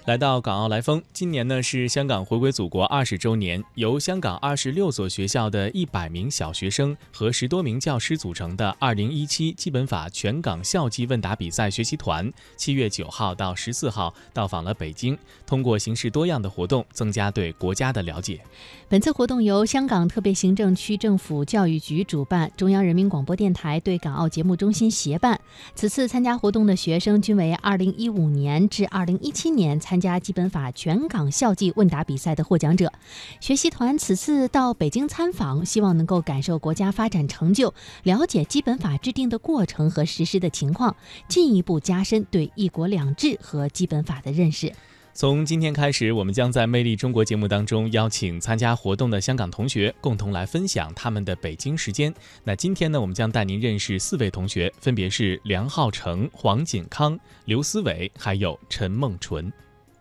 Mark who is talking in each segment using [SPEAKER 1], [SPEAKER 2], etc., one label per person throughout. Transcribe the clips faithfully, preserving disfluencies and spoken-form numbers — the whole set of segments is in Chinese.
[SPEAKER 1] 来到港澳来风，今年呢是香港回归祖国二十周年，由香港二十六所学校的一百名小学生和十多名教师组成的二零一七基本法全港校际问答比赛学习团，七月九号到十四号到访了北京，通过形式多样的活动，增加对国家的了解。
[SPEAKER 2] 本次活动由香港特别行政区政府教育局主办，中央人民广播电台对港澳节目中心协办。此次参加活动的学生均为二零一五年至二零一七年参加基本法全港校际问答比赛的获奖者。学习团此次到北京参访，希望能够感受国家发展成就，了解基本法制定的过程和实施的情况，进一步加深对一国两制和基本法的认识。
[SPEAKER 1] 从今天开始，我们将在《魅力中国》节目当中邀请参加活动的香港同学共同来分享他们的北京时间。那今天呢，我们将带您认识四位同学，分别是梁浩成、黄锦康、刘思伟，还有陈梦纯。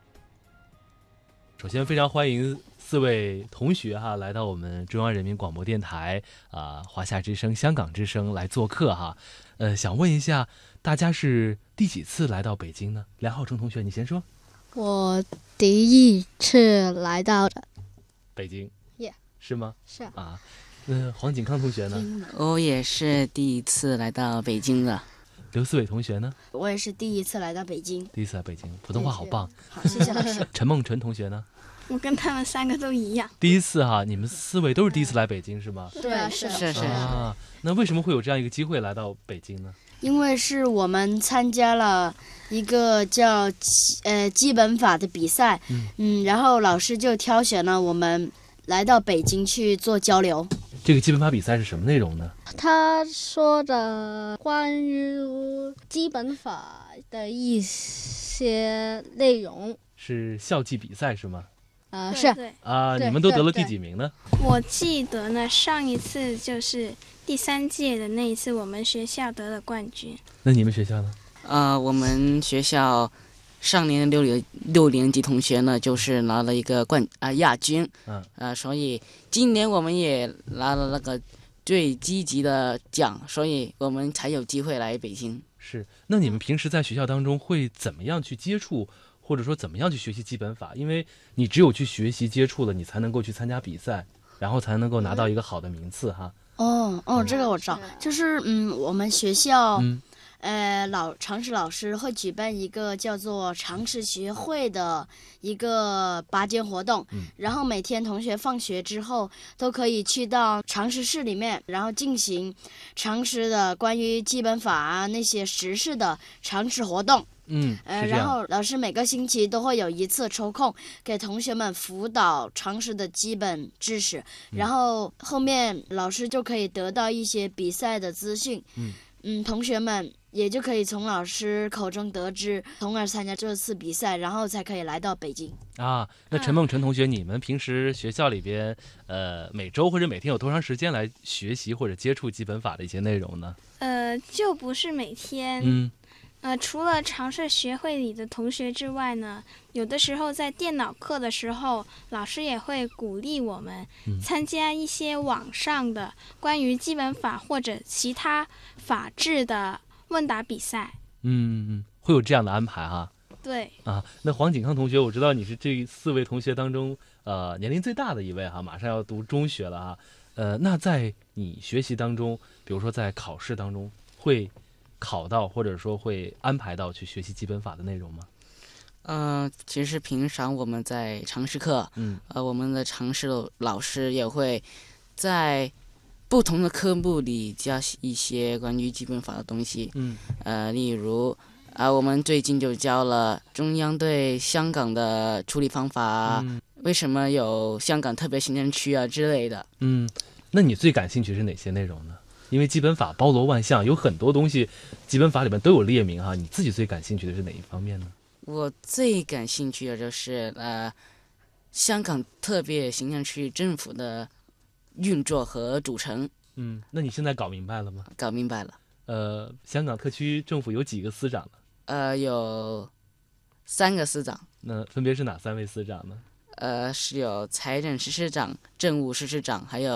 [SPEAKER 3] 首先，非常欢迎四位同学哈来到我们中央人民广播电台啊、呃、华夏之声、香港之声来做客哈。呃，想问一下，大家是第几次来到北京呢？梁浩成同学，你先说。
[SPEAKER 4] 我第一次来到的
[SPEAKER 3] 北京
[SPEAKER 4] ，Yeah，
[SPEAKER 3] 是吗？
[SPEAKER 4] 是啊。
[SPEAKER 3] 啊，那黄锦康同学呢？
[SPEAKER 5] 我也是第一次来到北京的。
[SPEAKER 3] 刘思伟同学呢？
[SPEAKER 6] 我也是第一次来到北京。
[SPEAKER 3] 第一次来北京，普通话好棒。
[SPEAKER 6] 好，谢谢老师。
[SPEAKER 3] 陈梦纯同学呢？
[SPEAKER 7] 我跟他们三个都一样。
[SPEAKER 3] 第一次哈，你们四位都是第一次来北京是吗？
[SPEAKER 6] 对，
[SPEAKER 5] 是是是。
[SPEAKER 3] 啊，那为什么会有这样一个机会来到北京呢？
[SPEAKER 6] 因为是我们参加了一个叫呃基本法的比赛，嗯, 嗯然后老师就挑选了我们来到北京去做交流。
[SPEAKER 3] 这个基本法比赛是什么内容呢？
[SPEAKER 4] 他说的关于基本法的一些内容。
[SPEAKER 3] 是校际比赛是吗？
[SPEAKER 4] 呃，是
[SPEAKER 3] 啊，你们都得了第几名呢？
[SPEAKER 7] 我记得呢，上一次就是第三届的那一次，我们学校得了冠军。
[SPEAKER 3] 那你们学校呢？
[SPEAKER 5] 呃，我们学校上年六年六年级同学呢，就是拿了一个冠啊、呃、亚军，嗯，呃，所以今年我们也拿了那个最积极的奖，所以我们才有机会来北京。
[SPEAKER 3] 是，那你们平时在学校当中会怎么样去接触？或者说怎么样去学习基本法？因为你只有去学习接触了，你才能够去参加比赛，然后才能够拿到一个好的名次哈。
[SPEAKER 6] 哦哦，这个我知道，就是嗯，我们学校，嗯、呃，老常识老师会举办一个叫做常识学会的一个拔尖活动，嗯、然后每天同学放学之后都可以去到常识室里面，然后进行常识的关于基本法啊那些时事的常识活动。
[SPEAKER 3] 嗯，
[SPEAKER 6] 呃，然后老师每个星期都会有一次抽空给同学们辅导常识的基本知识，嗯、然后后面老师就可以得到一些比赛的资讯，嗯嗯，同学们也就可以从老师口中得知，从而参加这次比赛，然后才可以来到北京。
[SPEAKER 3] 啊，那陈梦纯同学，你们平时学校里边，呃，每周或者每天有多长时间来学习或者接触基本法的一些内容呢？
[SPEAKER 7] 呃，就不是每天，
[SPEAKER 3] 嗯。
[SPEAKER 7] 呃，除了常识学会里的同学之外呢，有的时候在电脑课的时候，老师也会鼓励我们参加一些网上的关于基本法或者其他法治的问答比赛。
[SPEAKER 3] 嗯嗯，会有这样的安排哈。
[SPEAKER 7] 对
[SPEAKER 3] 啊，那黄锦康同学，我知道你是这四位同学当中呃年龄最大的一位哈，马上要读中学了哈。呃，那在你学习当中，比如说在考试当中会考到或者说会安排到去学习基本法的内容吗？
[SPEAKER 5] 呃，其实平常我们在常识课，嗯，呃，我们的常识老师也会在不同的科目里加一些关于基本法的东西，嗯，呃，例如啊、呃，我们最近就教了中央对香港的处理方法，嗯、为什么有香港特别行政区啊之类的。
[SPEAKER 3] 嗯，那你最感兴趣是哪些内容呢？因为基本法包罗万象，有很多东西，基本法里面都有列明哈。你自己最感兴趣的是哪一方面呢？
[SPEAKER 5] 我最感兴趣的就是呃，香港特别行政区政府的运作和组成。
[SPEAKER 3] 嗯，那你现在搞明白了吗？
[SPEAKER 5] 搞明白了。
[SPEAKER 3] 呃，香港特区政府有几个司长呢？
[SPEAKER 5] 呃，有三个司长。
[SPEAKER 3] 那分别是哪三位司长呢？
[SPEAKER 5] 呃，是有财政司司长、政务司司长，还有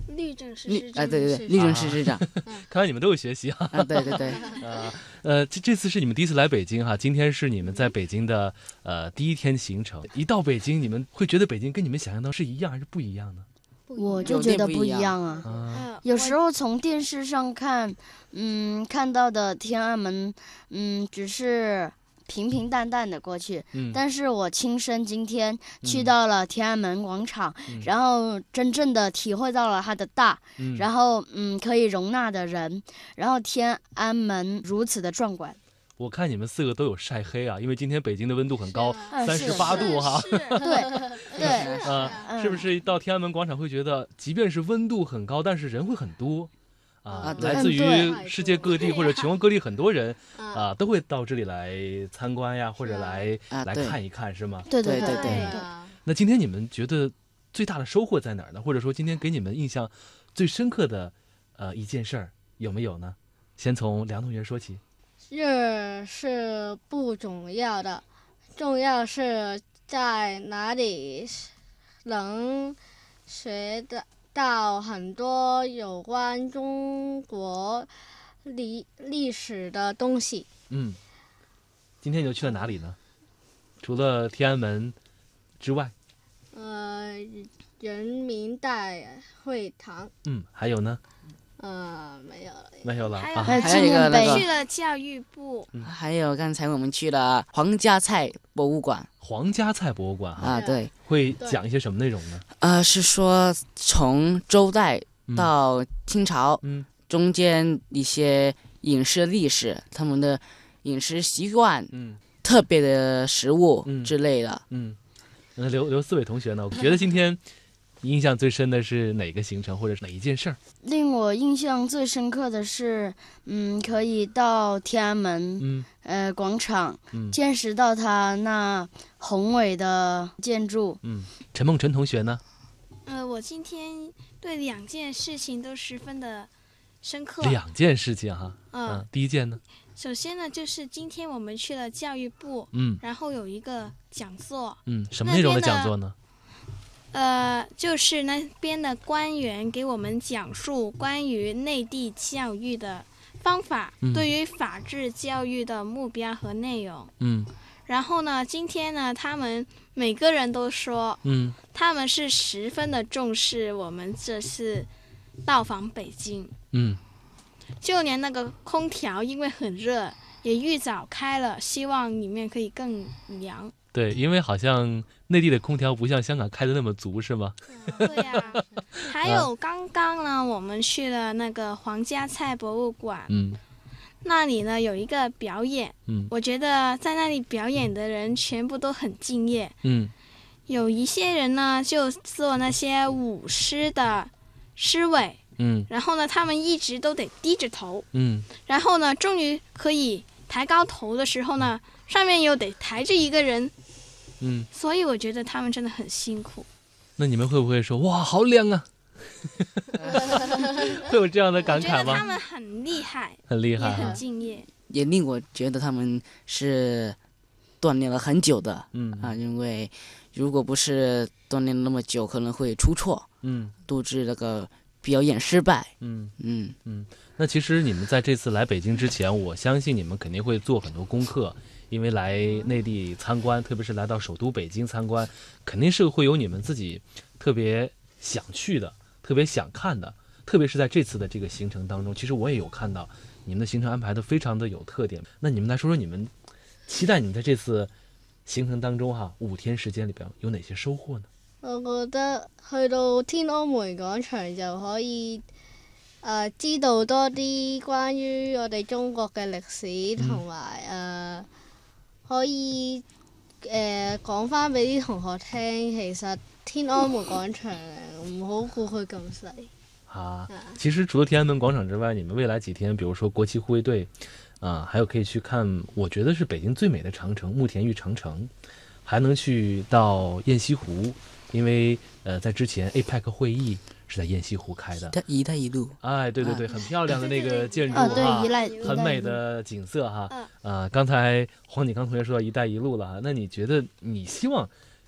[SPEAKER 7] 律政司
[SPEAKER 5] 律
[SPEAKER 7] 司长
[SPEAKER 5] 啊，对对对，
[SPEAKER 7] 是
[SPEAKER 5] 律政司司长
[SPEAKER 3] 看来你们都有学习啊。
[SPEAKER 5] 啊，对对对，
[SPEAKER 3] 啊，呃，这这次是你们第一次来北京哈，今天是你们在北京的呃第一天行程。一到北京，你们会觉得北京跟你们想象的是一样还是不一样呢？
[SPEAKER 6] 我就觉得不一样啊。
[SPEAKER 3] 啊，
[SPEAKER 7] 呃
[SPEAKER 6] 有时候从电视上看，嗯，看到的天安门，嗯，只是平平淡淡的过去，
[SPEAKER 3] 嗯，
[SPEAKER 6] 但是我亲身今天去
[SPEAKER 3] 嗯
[SPEAKER 6] 到了天安门广场，
[SPEAKER 3] 嗯
[SPEAKER 6] 然后真正的体会到了它的大，
[SPEAKER 3] 嗯
[SPEAKER 6] 然后嗯，可以容纳的人，然后天安门如此的壮观。
[SPEAKER 3] 我看你们四个都有晒黑啊，因为今天北京的温度很高，
[SPEAKER 6] 嗯是
[SPEAKER 3] 三十八度哈。
[SPEAKER 7] 是
[SPEAKER 6] 对对，
[SPEAKER 3] 啊，
[SPEAKER 6] 嗯
[SPEAKER 3] 是不是到天安门广场会觉得，即便是温度很高，但是人会很多啊
[SPEAKER 5] 啊？对
[SPEAKER 3] 来自
[SPEAKER 6] 嗯对
[SPEAKER 3] 于世界各地或者全国各地很多人
[SPEAKER 4] 啊，
[SPEAKER 3] 啊，都会到这里来参观呀，或者来
[SPEAKER 5] 啊对
[SPEAKER 3] 来看一看，是吗？
[SPEAKER 6] 对对
[SPEAKER 5] 对对
[SPEAKER 6] 对
[SPEAKER 4] 啊
[SPEAKER 3] 那今天你们觉得最大的收获在哪儿呢？或者说今天给你们印象最深刻的呃一件事儿有没有呢？先从梁同学说起。
[SPEAKER 4] 这是不重要的，重要是在哪里能学得到很多有关中国历历史的东西。
[SPEAKER 3] 嗯，今天你又去了哪里呢？除了天安门之外，
[SPEAKER 4] 呃，人民大会堂，
[SPEAKER 3] 嗯，还有呢？
[SPEAKER 4] 呃，没有了。
[SPEAKER 3] 没有了
[SPEAKER 7] 还有
[SPEAKER 3] 啊。
[SPEAKER 6] 还有
[SPEAKER 5] 还有一个那
[SPEAKER 6] 纪念碑
[SPEAKER 7] 去
[SPEAKER 5] 个，
[SPEAKER 7] 了教育部，
[SPEAKER 5] 还有刚才我们去了皇家菜博物馆
[SPEAKER 3] 皇家菜博物馆哈，
[SPEAKER 5] 啊，
[SPEAKER 4] 是
[SPEAKER 5] 对，
[SPEAKER 3] 会讲一些什么内容呢？
[SPEAKER 5] 呃，是说从周代
[SPEAKER 3] 嗯
[SPEAKER 5] 到清朝
[SPEAKER 3] 嗯
[SPEAKER 5] 中间一些饮食历史，他们的饮食习惯、
[SPEAKER 3] 嗯
[SPEAKER 5] 特别的食物
[SPEAKER 3] 嗯
[SPEAKER 5] 之类的。
[SPEAKER 3] 嗯，那刘刘四位同学呢？我觉得今天你印象最深的是哪个行程，或者是哪一件事儿？
[SPEAKER 6] 令我印象最深刻的是，嗯，可以到天安门，
[SPEAKER 3] 嗯
[SPEAKER 6] 呃，广场
[SPEAKER 3] 嗯
[SPEAKER 6] 见识到它那宏伟的建筑。
[SPEAKER 3] 嗯，陈梦辰同学呢？
[SPEAKER 7] 呃，我今天对两件事情都十分的深刻。
[SPEAKER 3] 两件事情哈。
[SPEAKER 7] 嗯，
[SPEAKER 3] 嗯，第一件呢？
[SPEAKER 7] 首先呢，就是今天我们去了教育部，
[SPEAKER 3] 嗯
[SPEAKER 7] 然后有一个讲座，
[SPEAKER 3] 嗯，什么内容的讲座呢？
[SPEAKER 7] 呃，就是那边的官员给我们讲述关于内地教育的方法，
[SPEAKER 3] 嗯
[SPEAKER 7] 对于法治教育的目标和内容。
[SPEAKER 3] 嗯
[SPEAKER 7] 然后呢，今天呢，他们每个人都说，
[SPEAKER 3] 嗯
[SPEAKER 7] 他们是十分的重视我们这次到访北京，
[SPEAKER 3] 嗯
[SPEAKER 7] 就连那个空调因为很热，也预早开了，希望里面可以更凉。
[SPEAKER 3] 对，因为好像内地的空调不像香港开的那么足，是吗？
[SPEAKER 7] 对呀、还有刚刚呢，我们去了那个皇家菜博物馆，
[SPEAKER 3] 嗯
[SPEAKER 7] 那里呢有一个表演，
[SPEAKER 3] 嗯
[SPEAKER 7] 我觉得在那里表演的人全部都很敬业，
[SPEAKER 3] 嗯
[SPEAKER 7] 有一些人呢就做那些舞狮的狮尾，
[SPEAKER 3] 嗯
[SPEAKER 7] 然后呢他们一直都得低着头，
[SPEAKER 3] 嗯
[SPEAKER 7] 然后呢终于可以抬高头的时候呢，上面又得抬着一个人，
[SPEAKER 3] 嗯，
[SPEAKER 7] 所以我觉得他们真的很辛苦。
[SPEAKER 3] 那你们会不会说哇，好凉啊？会有这样的
[SPEAKER 7] 我
[SPEAKER 3] 感慨
[SPEAKER 7] 觉得他
[SPEAKER 3] 吗？
[SPEAKER 7] 们很厉害，
[SPEAKER 3] 很厉
[SPEAKER 7] 也很
[SPEAKER 3] 害哈。
[SPEAKER 7] 敬业。
[SPEAKER 5] 也令我觉得他们是锻炼了很久的
[SPEAKER 3] 嗯
[SPEAKER 5] 啊，因为如果不是锻炼那么久，可能会出错，
[SPEAKER 3] 嗯
[SPEAKER 5] 导致那个表演失败。
[SPEAKER 3] 嗯。
[SPEAKER 5] 嗯，
[SPEAKER 3] 那其实你们在这次来北京之前，我相信你们肯定会做很多功课，因为来内地参观，特别是来到首都北京参观，肯定是会有你们自己特别想去的、特别想看的。特别是在这次的这个行程当中，其实我也有看到你们的行程安排的非常的有特点。那你们来说说，你们期待你们在这次行程當中哈五天時間裏邊有哪些收穫呢？
[SPEAKER 4] 我覺得去到天安門廣場就可以誒、呃、知道多啲關於我哋中國嘅歷史，同埋誒可以誒講翻俾啲同學聽，其實天安門廣場唔好估佢咁細。
[SPEAKER 3] 啊，其實除了天安門廣場之外，你們未來幾天，比如說國旗護衛隊，啊，還有可以去看，我覺得是北京最美的長城慕田峪長城，還能去到雁西湖，因為呃在之前 A PEC 會議是在雁西湖開的。
[SPEAKER 5] 它一帶一路，
[SPEAKER 3] 哎，對對對，很漂亮的那個建築
[SPEAKER 6] 啊，对，
[SPEAKER 3] 哈
[SPEAKER 6] 一，赖
[SPEAKER 3] 很美的景色哈。
[SPEAKER 7] 嗯
[SPEAKER 3] 啊，刚才黄景康同學說到一帶一路了哈，那你覺得你希望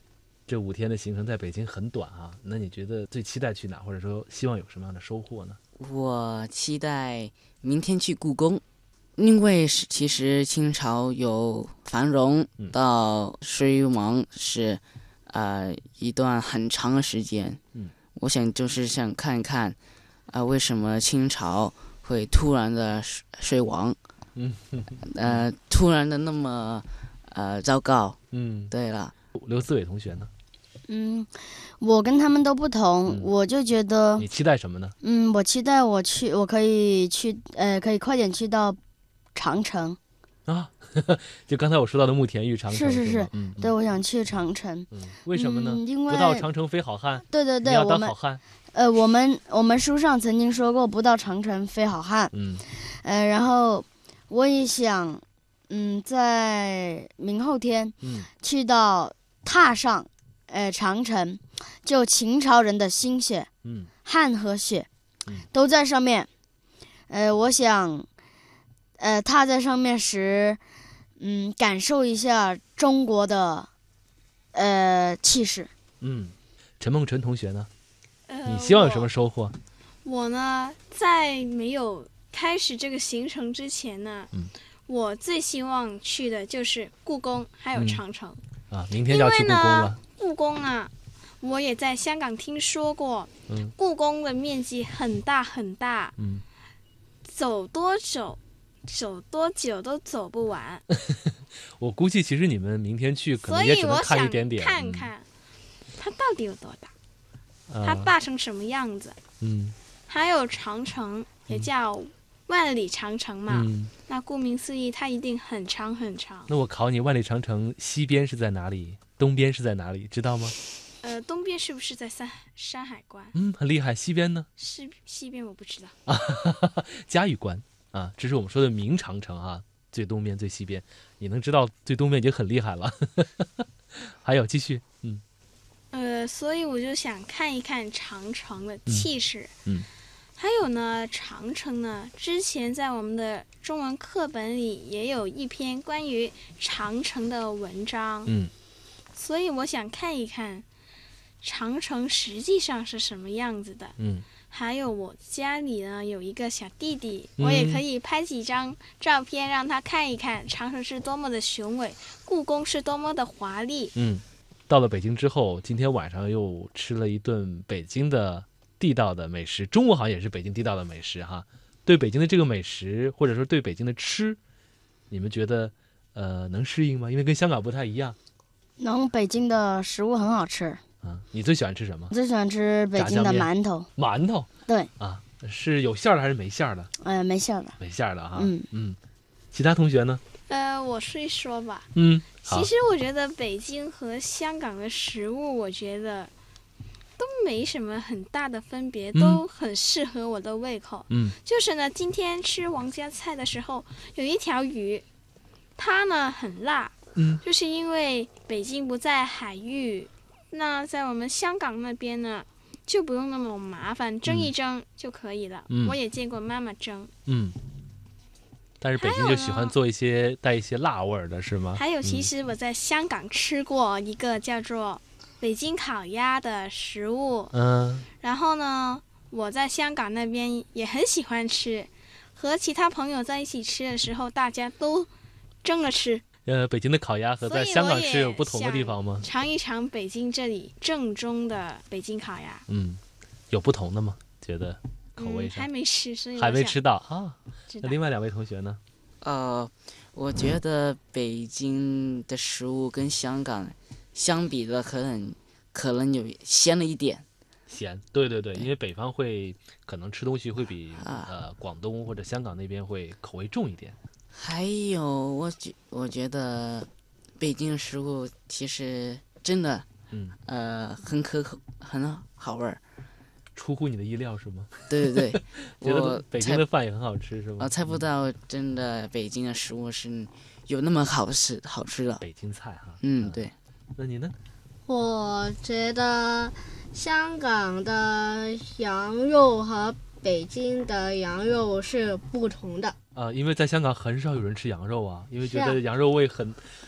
[SPEAKER 3] 这五天的行程在北京很短啊，那你觉得最期待去哪，或者说希望有什么样的收获呢？
[SPEAKER 5] 我期待明天去故宫，因为是其实清朝有繁荣到衰亡是呃一段很长的时间。嗯，我想就是想看看啊、呃、为什么清朝会突然的衰亡，嗯，呃突然的那么呃糟糕。嗯，对了，
[SPEAKER 3] 刘思伟同学呢？
[SPEAKER 6] 嗯，我跟他们都不同，嗯、我就觉得
[SPEAKER 3] 你期待什么呢？
[SPEAKER 6] 嗯，我期待我去，我可以去，呃，可以快点去到长城
[SPEAKER 3] 啊。就刚才我说到的慕田峪长城，
[SPEAKER 6] 是是是，
[SPEAKER 3] 嗯，
[SPEAKER 6] 对，我想去长城。
[SPEAKER 3] 嗯，为什么呢？
[SPEAKER 6] 嗯、因为
[SPEAKER 3] 不到长城非好汉。
[SPEAKER 6] 对对对，
[SPEAKER 3] 你要当好汉。
[SPEAKER 6] 呃，我们我们书上曾经说过，不到长城非好汉。嗯，呃，然后我也想，嗯，在明后天，嗯，去到踏上。呃，长城，就秦朝人的心血，嗯，汗和血，嗯，都在上面。呃，我想，呃，踏在上面时，嗯，感受一下中国的，呃，气势。
[SPEAKER 3] 嗯，陈梦辰同学呢？
[SPEAKER 7] 呃，
[SPEAKER 3] 你希望有什么收获？
[SPEAKER 7] 我, 我呢，在没有开始这个行程之前呢，嗯，我最希望去的就是故宫，还有长城。
[SPEAKER 3] 嗯、啊，明天就要去故宫了。
[SPEAKER 7] 故宫啊，我也在香港听说过，嗯，故宫的面积很大很大，嗯，走多久，走多久都走不完。
[SPEAKER 3] 我估计其实你们明天去可能也只能看一点点，
[SPEAKER 7] 看看、嗯、它到底有多大、啊，它大成什么样子，嗯，还有长城也叫万里长城嘛，嗯，那顾名思义，它一定很长很长。
[SPEAKER 3] 那我考你，万里长城西边是在哪里？东边是在哪里？知道吗？
[SPEAKER 7] 呃，东边是不是在山山海关？
[SPEAKER 3] 嗯，很厉害。西边呢？
[SPEAKER 7] 西西边我不知道。
[SPEAKER 3] 啊，嘉峪关啊，这是我们说的明长城啊，最东边最西边，你能知道最东边已经很厉害了。还有继续，嗯，
[SPEAKER 7] 呃，所以我就想看一看长城的气势，嗯，嗯还有呢，长城呢，之前在我们的中文课本里也有一篇关于长城的文章，嗯。所以我想看一看长城实际上是什么样子的，嗯，还有我家里呢有一个小弟弟，嗯、我也可以拍几张照片让他看一看长城是多么的雄伟，故宫是多么的华丽。
[SPEAKER 3] 嗯，到了北京之后，今天晚上又吃了一顿北京的地道的美食，中午好像也是北京地道的美食哈。对北京的这个美食，或者说对北京的吃，你们觉得呃能适应吗？因为跟香港不太一样。
[SPEAKER 6] 能，北京的食物很好吃。
[SPEAKER 3] 啊，你最喜欢吃什么？
[SPEAKER 6] 我最喜欢吃北京的馒头。
[SPEAKER 3] 馒头？
[SPEAKER 6] 对。
[SPEAKER 3] 啊，是有馅儿的还是没馅儿的？
[SPEAKER 6] 呃，没馅儿的。
[SPEAKER 3] 没馅儿的哈。嗯嗯。其他同学呢？
[SPEAKER 7] 呃，我说一说吧。
[SPEAKER 3] 嗯。
[SPEAKER 7] 其实我觉得北京和香港的食物，我觉得都没什么很大的分别，嗯、都很适合我的胃口。嗯。就是呢，今天吃王家菜的时候，有一条鱼，它呢很辣。嗯，就是因为北京不在海域，那在我们香港那边呢，就不用那么麻烦，蒸一蒸就可以了。嗯、我也见过妈妈蒸。嗯。
[SPEAKER 3] 但是北京就喜欢做一些带一些辣味的，是吗？
[SPEAKER 7] 还有，其实我在香港吃过一个叫做北京烤鸭的食物。嗯。然后呢，我在香港那边也很喜欢吃，和其他朋友在一起吃的时候，大家都蒸着吃。
[SPEAKER 3] 呃，北京的烤鸭和在香港吃有不同的地方吗？
[SPEAKER 7] 尝一尝北京这里正宗的北京烤鸭。
[SPEAKER 3] 嗯，有不同的吗？觉得口味上、
[SPEAKER 7] 嗯、还没吃，所以
[SPEAKER 3] 还没吃到啊。那另外两位同学呢？
[SPEAKER 5] 呃，我觉得北京的食物跟香港相比的，可能可能有咸了一点。
[SPEAKER 3] 咸，对对对，因为北方会可能吃东西会比、啊、呃广东或者香港那边会口味重一点。
[SPEAKER 5] 还有，我觉我觉得北京的食物其实真的，嗯，呃，很可口，很好味儿。
[SPEAKER 3] 出乎你的意料是吗？
[SPEAKER 5] 对对对，
[SPEAKER 3] 觉得北京的饭也很好吃是吗？
[SPEAKER 5] 我猜不到，真的北京的食物是有那么好吃好吃的。
[SPEAKER 3] 北京菜哈。
[SPEAKER 5] 嗯，对。
[SPEAKER 3] 那你呢？
[SPEAKER 4] 我觉得香港的羊肉和北京的羊肉是不同的。
[SPEAKER 3] 啊、呃，因为在香港很少有人吃羊肉啊，因为觉得羊肉味很、啊、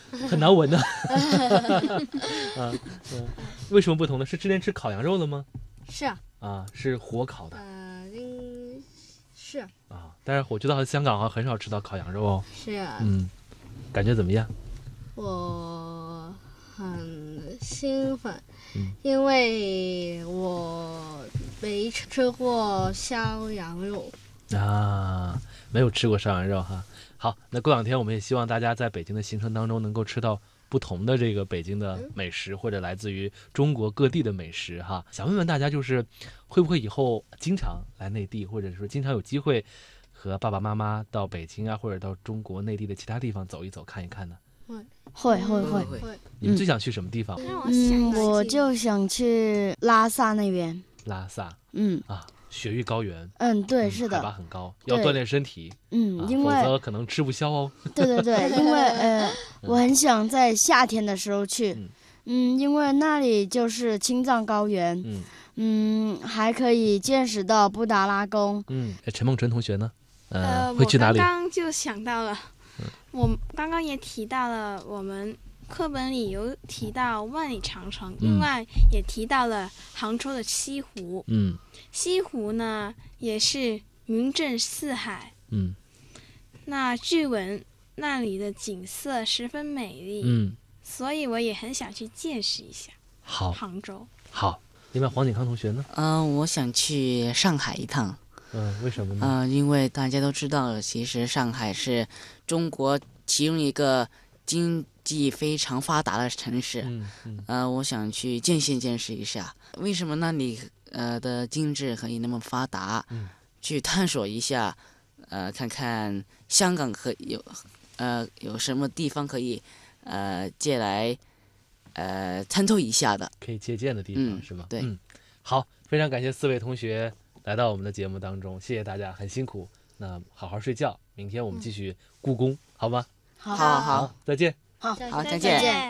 [SPEAKER 3] 很难闻的。啊，嗯，为什么不同呢？是之前吃烤羊肉了吗？
[SPEAKER 4] 是啊。
[SPEAKER 3] 啊，是火烤的。
[SPEAKER 4] 呃，应是
[SPEAKER 3] 啊，但是我觉得好像香港好像很少吃到烤羊肉哦。
[SPEAKER 4] 是啊。
[SPEAKER 3] 嗯，感觉怎么样？
[SPEAKER 4] 我很兴奋，
[SPEAKER 3] 嗯、
[SPEAKER 4] 因为我没吃过烧羊肉
[SPEAKER 3] 啊，没有吃过烧羊肉哈。好，那过两天我们也希望大家在北京的行程当中能够吃到不同的这个北京的美食，或者来自于中国各地的美食哈。想问问大家，就是会不会以后经常来内地，或者说经常有机会和爸爸妈妈到北京啊，或者到中国内地的其他地方走一走、看一看呢？
[SPEAKER 6] 会会会
[SPEAKER 3] 会。你们最想去什么地方？
[SPEAKER 6] 嗯，我就想去拉萨那边。
[SPEAKER 3] 拉萨，
[SPEAKER 6] 嗯
[SPEAKER 3] 啊，雪域高原。
[SPEAKER 6] 嗯，对，是的，
[SPEAKER 3] 海拔很高，要锻炼身体。
[SPEAKER 6] 嗯，
[SPEAKER 3] 啊、
[SPEAKER 6] 因为
[SPEAKER 3] 否则可能吃不消哦。
[SPEAKER 6] 对对对，因为呃，我很想在夏天的时候去。嗯, 嗯，因为那里就是青藏高原。嗯嗯，还可以见识到布达拉宫。
[SPEAKER 3] 嗯，陈梦纯同学呢？呃，
[SPEAKER 7] 呃
[SPEAKER 3] 会去哪里？
[SPEAKER 7] 我刚刚就想到了。我刚刚也提到了，我们课本里有提到万里长城，嗯、另外也提到了杭州的西湖。
[SPEAKER 3] 嗯，
[SPEAKER 7] 西湖呢也是云震四海。
[SPEAKER 3] 嗯，
[SPEAKER 7] 那据闻那里的景色十分美丽。
[SPEAKER 3] 嗯，
[SPEAKER 7] 所以我也很想去见识一下。
[SPEAKER 3] 好，
[SPEAKER 7] 杭州。
[SPEAKER 3] 好，另外黄景康同学呢？
[SPEAKER 5] 嗯、呃，我想去上海一趟。
[SPEAKER 3] 嗯，为什么呢？
[SPEAKER 5] 嗯、呃，因为大家都知道，其实上海是中国其中一个经济非常发达的城市。
[SPEAKER 3] 嗯嗯。
[SPEAKER 5] 呃，我想去见识见识一下，为什么那里呃的经济可以那么发达？
[SPEAKER 3] 嗯。
[SPEAKER 5] 去探索一下，呃，看看香港可有呃有什么地方可以呃借来呃参透一下的，
[SPEAKER 3] 可以借鉴的地方、
[SPEAKER 5] 嗯、
[SPEAKER 3] 是吗？
[SPEAKER 5] 对、
[SPEAKER 3] 嗯，好，非常感谢四位同学来到我们的节目当中，谢谢大家，很辛苦。那好好睡觉，明天我们继续故宫，嗯、好吗？
[SPEAKER 6] 好，
[SPEAKER 5] 好，好，
[SPEAKER 3] 再见。
[SPEAKER 6] 好，
[SPEAKER 5] 好，再
[SPEAKER 7] 见。
[SPEAKER 5] 见。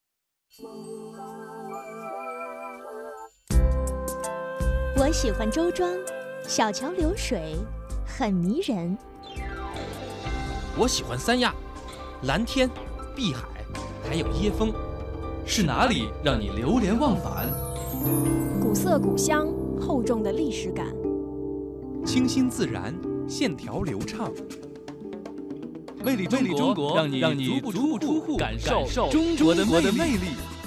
[SPEAKER 8] 我喜欢周庄，小桥流水，很迷人。
[SPEAKER 9] 我喜欢三亚，蓝天、碧海，还有椰风，是哪里让你流连忘返？
[SPEAKER 10] 古色古香，厚重的历史感，
[SPEAKER 9] 清新自然，线条流畅。魅力中国，让你让你足不出户感受中国的魅力。